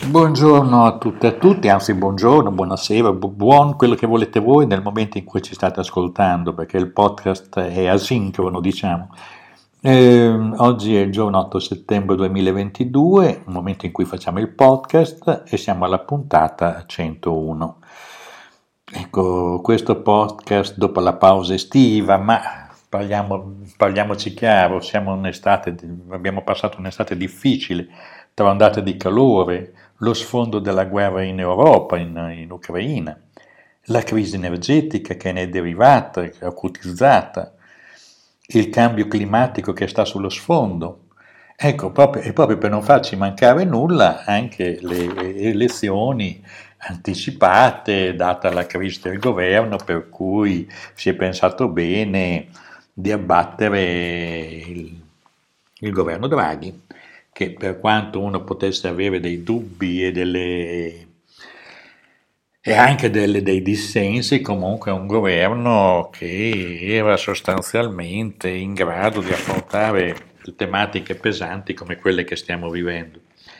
Buongiorno a tutte e a tutti, anzi buongiorno, buonasera, buon quello che volete voi nel momento in cui ci state ascoltando, perché il podcast è asincrono, diciamo. Oggi è il giorno 8 settembre 2022, il momento in cui facciamo il podcast e siamo alla puntata 101. Ecco, questo podcast dopo la pausa estiva, ma parliamoci chiaro, abbiamo passato un'estate difficile, tra ondate di calore, lo sfondo della guerra in Europa, in Ucraina, la crisi energetica che ne è derivata, che è acutizzata, il cambio climatico che sta sullo sfondo. Ecco, proprio per non farci mancare nulla, anche le elezioni anticipate, data la crisi del governo, per cui si è pensato bene di abbattere il governo Draghi, che per quanto uno potesse avere dei dubbi e anche dei dissensi, comunque è un governo che era sostanzialmente in grado di affrontare tematiche pesanti come quelle che stiamo vivendo.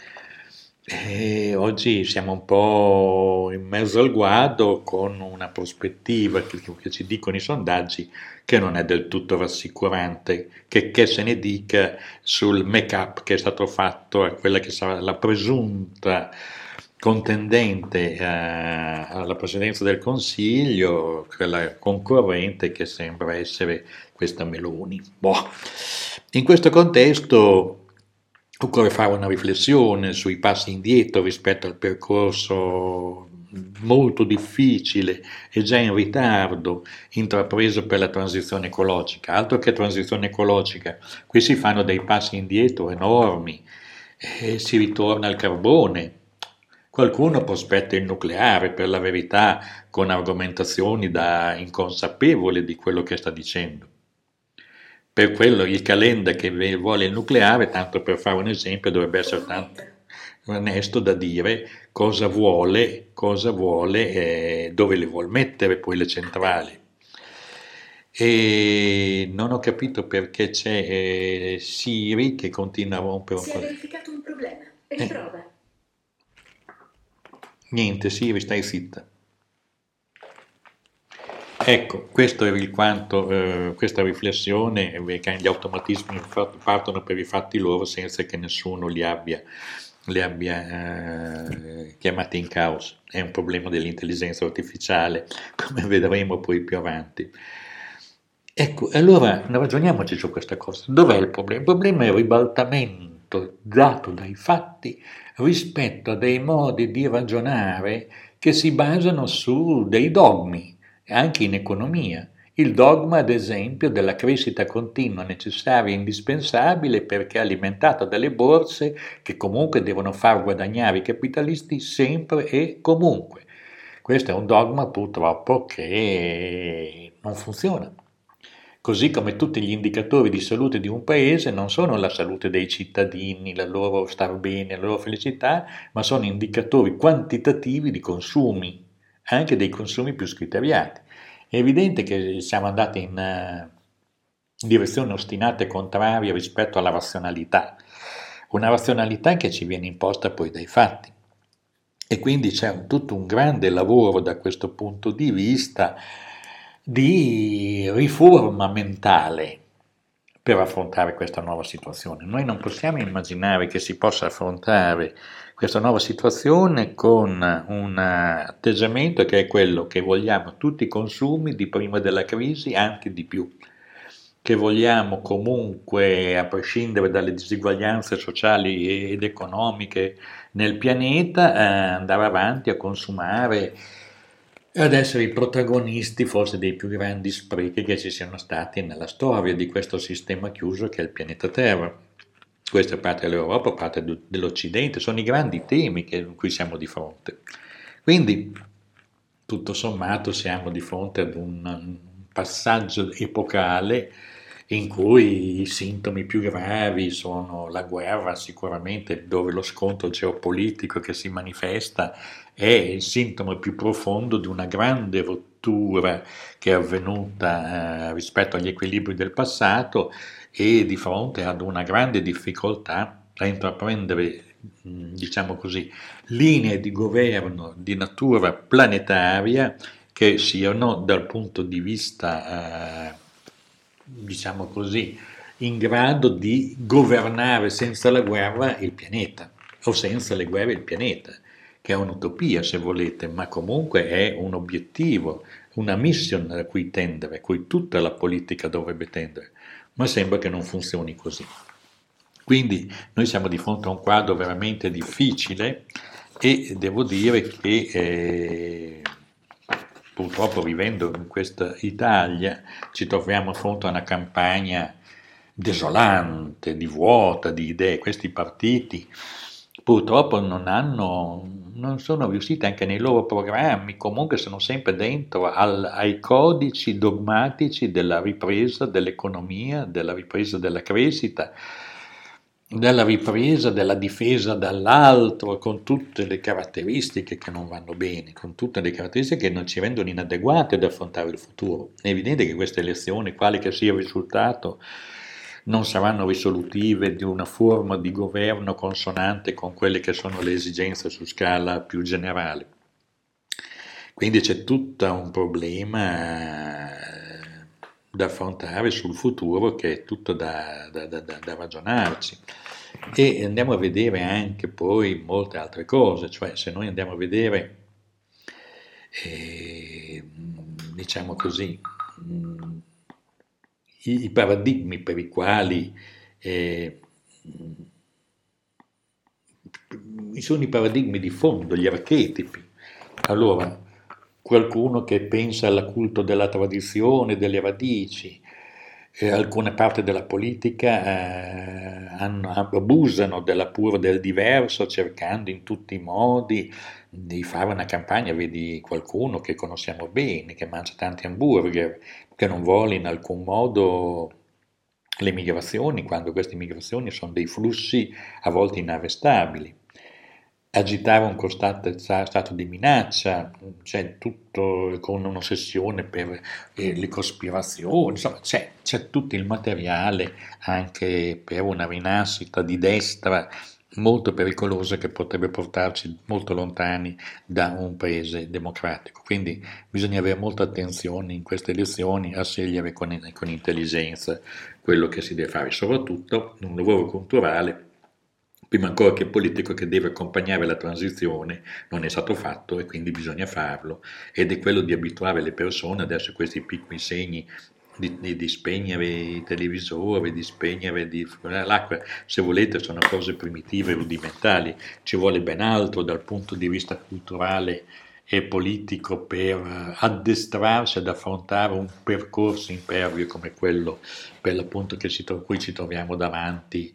E oggi siamo un po' in mezzo al guado con una prospettiva che ci dicono i sondaggi che non è del tutto rassicurante, che se ne dica sul make-up che è stato fatto a quella che sarà la presunta contendente alla presidenza del Consiglio, quella concorrente che sembra essere questa Meloni. Boh. In questo contesto occorre fare una riflessione sui passi indietro rispetto al percorso molto difficile e già in ritardo intrapreso per la transizione ecologica. Altro che transizione ecologica, qui si fanno dei passi indietro enormi e si ritorna al carbone. Qualcuno prospetta il nucleare, per la verità, con argomentazioni da inconsapevole di quello che sta dicendo. Per quello il Calenda che vuole il nucleare, tanto per fare un esempio, dovrebbe essere tanto onesto da dire cosa vuole dove le vuol mettere poi le centrali. E non ho capito perché c'è Siri che continua a rompere un po'. Si è verificato un problema. Riprova. Niente, Siri, stai zitta. Ecco, questo era questa riflessione, che gli automatismi partono per i fatti loro senza che nessuno li abbia chiamati in causa. È un problema dell'intelligenza artificiale, come vedremo poi più avanti. Ecco, allora ragioniamoci su questa cosa. Dov'è il problema? Il problema è il ribaltamento dato dai fatti rispetto a dei modi di ragionare che si basano su dei dogmi, anche in economia. Il dogma, ad esempio, della crescita continua necessaria e indispensabile perché alimentata dalle borse che comunque devono far guadagnare i capitalisti sempre e comunque. Questo è un dogma purtroppo che non funziona. Così come tutti gli indicatori di salute di un paese non sono la salute dei cittadini, la loro star bene, la loro felicità, ma sono indicatori quantitativi di consumi, anche dei consumi più scriteriati. È evidente che siamo andati in direzione ostinata e contraria rispetto alla razionalità, una razionalità che ci viene imposta poi dai fatti. E quindi c'è tutto un grande lavoro da questo punto di vista di riforma mentale per affrontare questa nuova situazione. Noi non possiamo immaginare che si possa affrontare questa nuova situazione con un atteggiamento che è quello che vogliamo tutti i consumi di prima della crisi, anche di più, che vogliamo comunque, a prescindere dalle disuguaglianze sociali ed economiche nel pianeta, andare avanti a consumare e ad essere i protagonisti forse dei più grandi sprechi che ci siano stati nella storia di questo sistema chiuso che è il pianeta Terra. Questa è parte dell'Europa, parte dell'Occidente, sono i grandi temi in cui siamo di fronte. Quindi, tutto sommato, siamo di fronte ad un passaggio epocale in cui i sintomi più gravi sono la guerra, sicuramente dove lo scontro geopolitico che si manifesta è il sintomo più profondo di una grande rottura che è avvenuta rispetto agli equilibri del passato e di fronte ad una grande difficoltà a intraprendere diciamo così, linee di governo di natura planetaria che siano dal punto di vista, diciamo così, in grado di governare senza la guerra il pianeta, o senza le guerre il pianeta, che è un'utopia se volete, ma comunque è un obiettivo, una mission a cui tendere, a cui tutta la politica dovrebbe tendere, ma sembra che non funzioni così. Quindi noi siamo di fronte a un quadro veramente difficile e devo dire che purtroppo vivendo in questa Italia ci troviamo a fronte a una campagna desolante, di vuota di idee. Questi partiti purtroppo non sono riusciti anche nei loro programmi, comunque sono sempre dentro ai codici dogmatici della ripresa dell'economia, della ripresa della crescita, della ripresa della difesa dall'altro, con tutte le caratteristiche che non vanno bene, con tutte le caratteristiche che non ci rendono inadeguati ad affrontare il futuro. È evidente che queste elezioni, quale che sia il risultato, non saranno risolutive di una forma di governo consonante con quelle che sono le esigenze su scala più generale. Quindi c'è tutto un problema da affrontare sul futuro che è tutto da ragionarci. E andiamo a vedere anche poi molte altre cose, cioè se noi andiamo a vedere, diciamo così, i paradigmi per i quali sono i paradigmi di fondo, gli archetipi. Allora, qualcuno che pensa al culto della tradizione, delle radici, alcune parti della politica abusano della pura del diverso, cercando in tutti i modi di fare una campagna. Vedi qualcuno che conosciamo bene, che mangia tanti hamburger, che non vuole in alcun modo le migrazioni, quando queste migrazioni sono dei flussi a volte inarrestabili. Agitare un costante stato di minaccia, c'è tutto con un'ossessione per le cospirazioni, insomma c'è tutto il materiale anche per una rinascita di destra molto pericolosa che potrebbe portarci molto lontani da un paese democratico. Quindi bisogna avere molta attenzione in queste elezioni a scegliere con intelligenza quello che si deve fare, soprattutto un lavoro culturale, prima ancora che politico, che deve accompagnare la transizione, non è stato fatto e quindi bisogna farlo, ed è quello di abituare le persone adesso a questi piccoli segni di spegnere i televisori, di spegnere l'acqua, se volete sono cose primitive, rudimentali, ci vuole ben altro dal punto di vista culturale e politico per addestrarsi ad affrontare un percorso impervio come quello per l'appunto cui ci troviamo davanti.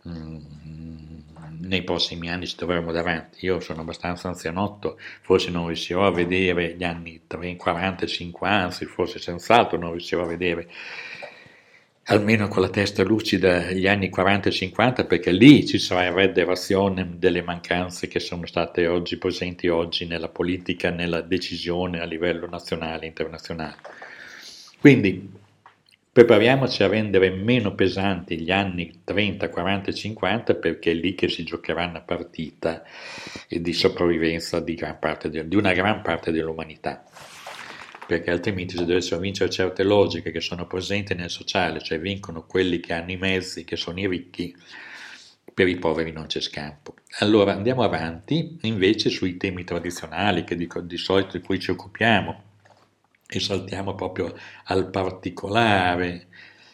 Nei prossimi anni ci troveremo davanti. Io sono abbastanza anzianotto, forse non riuscirò a vedere gli anni 30, 40, 50, anzi forse senz'altro non riuscirò a vedere almeno con la testa lucida gli anni 40 e 50, perché lì ci sarà il red ration delle mancanze che sono state oggi presenti oggi nella politica, nella decisione a livello nazionale e internazionale. Quindi prepariamoci a rendere meno pesanti gli anni 30, 40 e 50, perché è lì che si giocherà una partita di sopravvivenza di una gran parte dell'umanità. Perché altrimenti se dovessero vincere certe logiche che sono presenti nel sociale, cioè vincono quelli che hanno i mezzi, che sono i ricchi, per i poveri non c'è scampo. Allora andiamo avanti invece sui temi tradizionali che di solito di cui ci occupiamo e saltiamo proprio al particolare.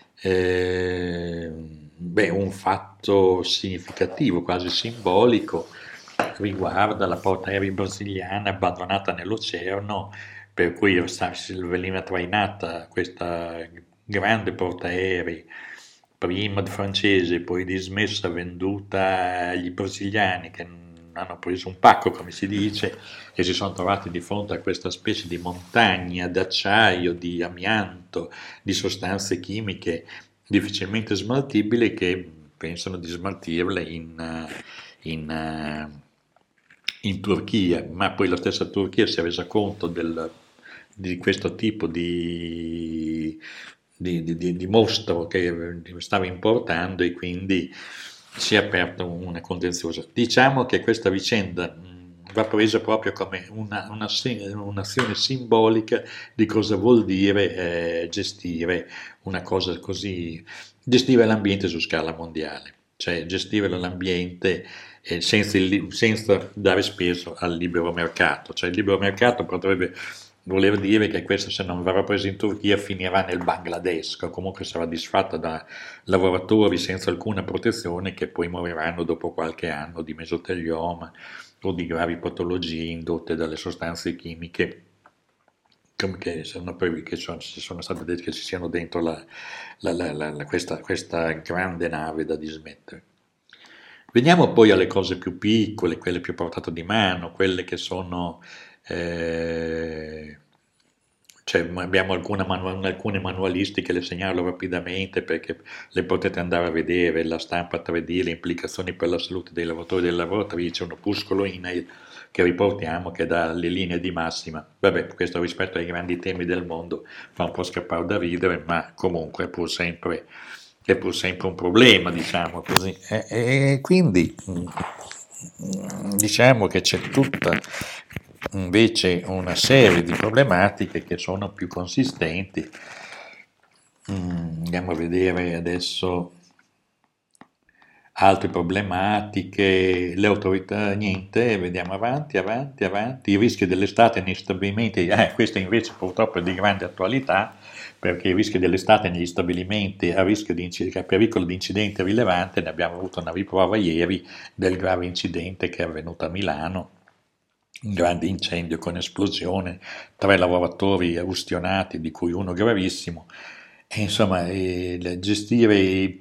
Un fatto significativo, quasi simbolico, riguarda la portaerei brasiliana abbandonata nell'oceano, per cui veniva trainata questa grande portaerei, prima francese, poi dismessa, venduta agli brasiliani che hanno preso un pacco, come si dice, e si sono trovati di fronte a questa specie di montagna d'acciaio, di amianto, di sostanze chimiche difficilmente smaltibili, che pensano di smaltirle in Turchia, ma poi la stessa Turchia si è resa conto di questo tipo di mostro che stava importando, e quindi si è aperta una contenziosa. Diciamo che questa vicenda va presa proprio come un'azione simbolica di cosa vuol dire gestire una cosa così, gestire l'ambiente su scala mondiale, cioè gestire l'ambiente senza dare speso al libero mercato, cioè il libero mercato potrebbe voler dire che questo, se non verrà preso in Turchia, finirà nel Bangladesh, o comunque sarà disfatta da lavoratori senza alcuna protezione che poi moriranno dopo qualche anno di mesotelioma o di gravi patologie indotte dalle sostanze chimiche che sono state dette che ci siano dentro questa grande nave da dismettere. Veniamo poi alle cose più piccole, quelle più a portata di mano, quelle che sono eh, cioè, abbiamo alcune manualistiche, le segnalo rapidamente perché le potete andare a vedere, la stampa 3D, le implicazioni per la salute dei lavoratori e delle lavoratrici, un opuscolo INAIL che riportiamo che dà le linee di massima. Vabbè, questo rispetto ai grandi temi del mondo fa un po' scappare da ridere, ma comunque è pur sempre un problema, diciamo così. E quindi diciamo che c'è tutta invece una serie di problematiche che sono più consistenti. Andiamo a vedere adesso altre problematiche, le autorità, niente, vediamo avanti, i rischi dell'estate negli stabilimenti, questo invece purtroppo è di grande attualità, perché i rischi dell'estate negli stabilimenti a pericolo di incidente rilevante, ne abbiamo avuto una riprova ieri del grave incidente che è avvenuto a Milano, un grande incendio con esplosione, 3 lavoratori ustionati, di cui uno gravissimo, e insomma gestire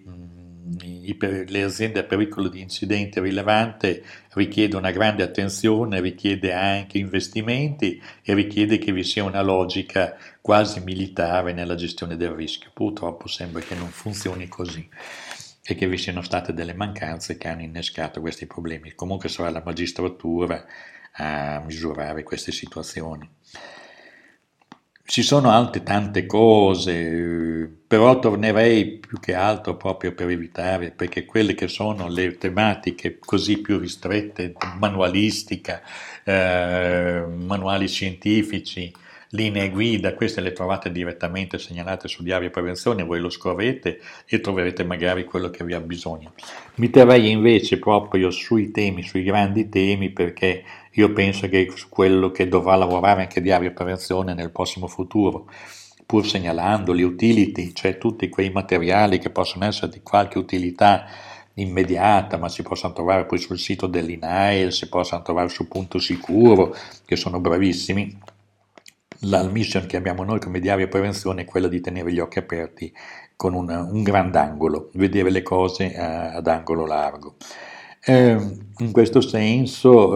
le aziende a pericolo di incidente rilevante richiede una grande attenzione, richiede anche investimenti e richiede che vi sia una logica quasi militare nella gestione del rischio. Purtroppo sembra che non funzioni così e che vi siano state delle mancanze che hanno innescato questi problemi. Comunque sarà la magistratura a misurare queste situazioni. Ci sono altre tante cose, però tornerei più che altro proprio per evitare, perché quelle che sono le tematiche così più ristrette, manualistica, manuali scientifici, linee guida, queste le trovate direttamente segnalate su Diario Prevenzione, voi lo scorrete e troverete magari quello che vi ha bisogno. Mi terrei invece proprio sui temi, sui grandi temi, perché io penso che su quello che dovrà lavorare anche Diario Prevenzione nel prossimo futuro, pur segnalando le utility, cioè tutti quei materiali che possono essere di qualche utilità immediata, ma si possono trovare poi sul sito dell'INAIL, si possono trovare su Punto Sicuro, che sono bravissimi. La mission che abbiamo noi come Diario Prevenzione è quella di tenere gli occhi aperti con un grandangolo, vedere le cose ad angolo largo. In questo senso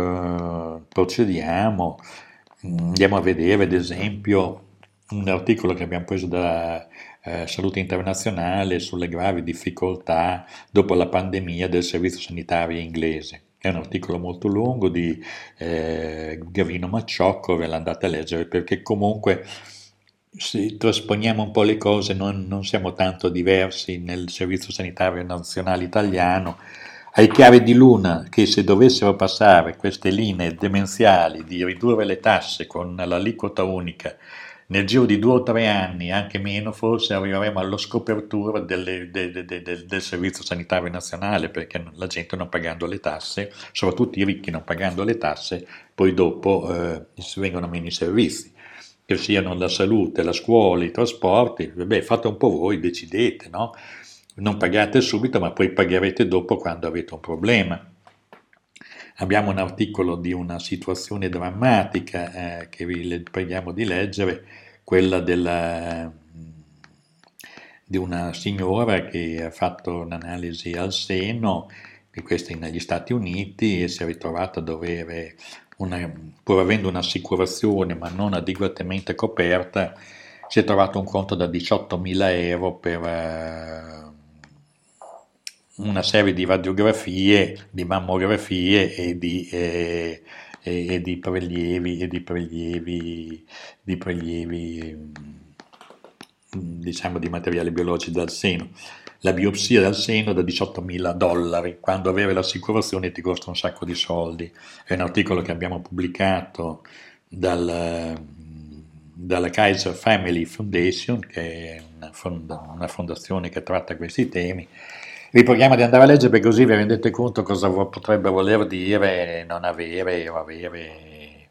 procediamo, andiamo a vedere ad esempio un articolo che abbiamo preso da Salute Internazionale sulle gravi difficoltà dopo la pandemia del servizio sanitario inglese. È un articolo molto lungo di Gavino Macciocco, ve l'andate a leggere perché comunque se trasponiamo un po' le cose non siamo tanto diversi nel Servizio Sanitario Nazionale Italiano. Ai chiari di luna che se dovessero passare queste linee demenziali di ridurre le tasse con l'aliquota unica nel giro di 2 o 3 anni, anche meno, forse arriveremo alla scopertura del Servizio Sanitario Nazionale, perché la gente non pagando le tasse, soprattutto i ricchi non pagando le tasse, poi dopo vengono meno i servizi, che siano la salute, la scuola, i trasporti, vabbè, fate un po' voi, decidete, no? Non pagate subito, ma poi pagherete dopo quando avete un problema. Abbiamo un articolo di una situazione drammatica che vi preghiamo di leggere, quella di una signora che ha fatto un'analisi al seno, che questa è negli Stati Uniti, e si è ritrovata a dover, pur avendo un'assicurazione ma non adeguatamente coperta, si è trovato un conto da 18.000 euro per una serie di radiografie, di mammografie e di prelievi, diciamo, di materiali biologici dal seno. la biopsia del seno da $18.000, quando avere l'assicurazione ti costa un sacco di soldi. È un articolo che abbiamo pubblicato dalla Kaiser Family Foundation, che è una fondazione che tratta questi temi. Vi preghiamo di andare a leggere, perché così vi rendete conto cosa potrebbe voler dire non avere o avere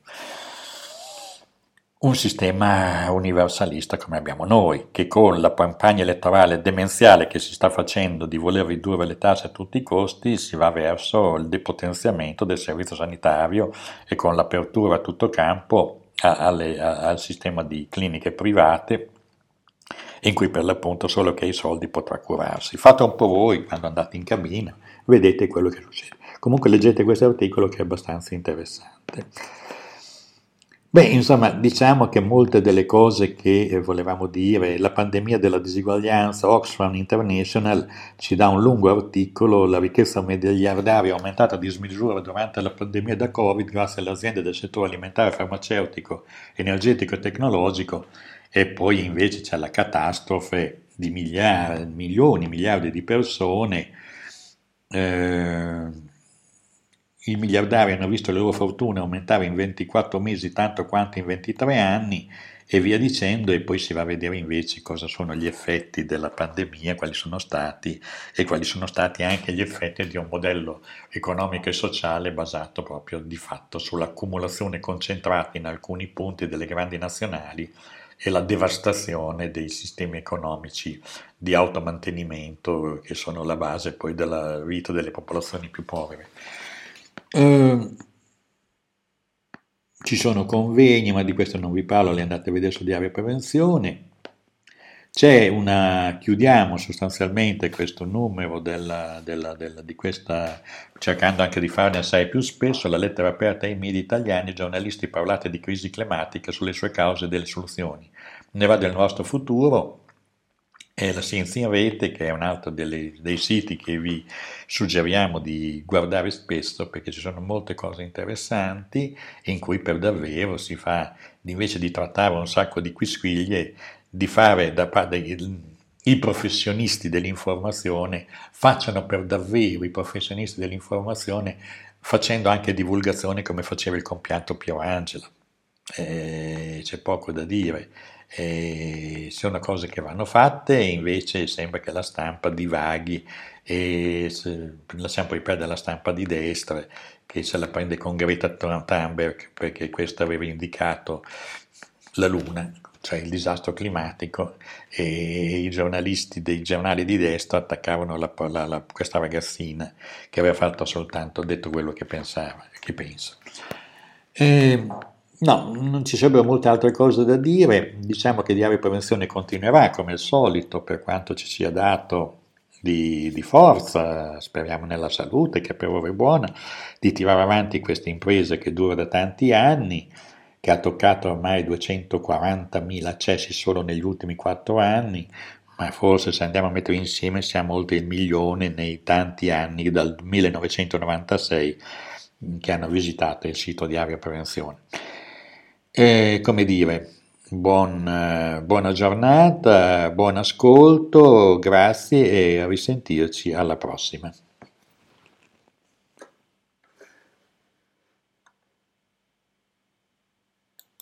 un sistema universalista come abbiamo noi, che con la campagna elettorale demenziale che si sta facendo di voler ridurre le tasse a tutti i costi, si va verso il depotenziamento del servizio sanitario e con l'apertura a tutto campo al sistema di cliniche private, in cui per l'appunto solo chi ha i soldi potrà curarsi. Fate un po' voi quando andate in cabina, vedete quello che succede. Comunque leggete questo articolo che è abbastanza interessante. Beh, insomma, diciamo che molte delle cose che volevamo dire, la pandemia della disuguaglianza, Oxfam International ci dà un lungo articolo, la ricchezza miliardaria è aumentata a dismisura durante la pandemia da Covid grazie alle aziende del settore alimentare, farmaceutico, energetico e tecnologico, e poi invece c'è la catastrofe di miliardi di persone. I miliardari hanno visto le loro fortune aumentare in 24 mesi tanto quanto in 23 anni e via dicendo, e poi si va a vedere invece cosa sono gli effetti della pandemia, quali sono stati e quali sono stati anche gli effetti di un modello economico e sociale basato proprio di fatto sull'accumulazione concentrata in alcuni punti delle grandi nazionali e la devastazione dei sistemi economici di automantenimento che sono la base poi della vita delle popolazioni più povere. Ci sono convegni, ma di questo non vi parlo, li andate a vedere su Diario Prevenzione. Chiudiamo sostanzialmente questo numero di questa, cercando anche di farne assai più spesso, la lettera aperta ai media italiani, giornalisti parlate di crisi climatica, sulle sue cause e delle soluzioni. Ne va del nostro futuro. E la Scienza in Rete, che è un altro dei siti che vi suggeriamo di guardare spesso, perché ci sono molte cose interessanti in cui per davvero si fa, invece di trattare un sacco di quisquiglie, di fare da parte i professionisti dell'informazione facciano per davvero i professionisti dell'informazione, facendo anche divulgazione come faceva il compianto Piero Angela. C'è poco da dire. Sono cose che vanno fatte e invece sembra che la stampa divaghi e lasciamo poi perdere la stampa di destra che se la prende con Greta Thunberg perché questo aveva indicato la Luna, cioè il disastro climatico, e i giornalisti dei giornali di destra attaccavano questa ragazzina che aveva detto quello che pensava, che pensa. No, non ci sarebbero molte altre cose da dire, diciamo che Diario Prevenzione continuerà come al solito per quanto ci sia dato di forza, speriamo nella salute che per ora è buona, di tirare avanti questa impresa che dura da tanti anni, che ha toccato ormai 240.000 accessi solo negli ultimi 4 anni, ma forse se andiamo a mettere insieme siamo oltre il 1.000.000 nei tanti anni dal 1996 che hanno visitato il sito Diario Prevenzione. Come dire, buona giornata, buon ascolto, grazie e a risentirci alla prossima.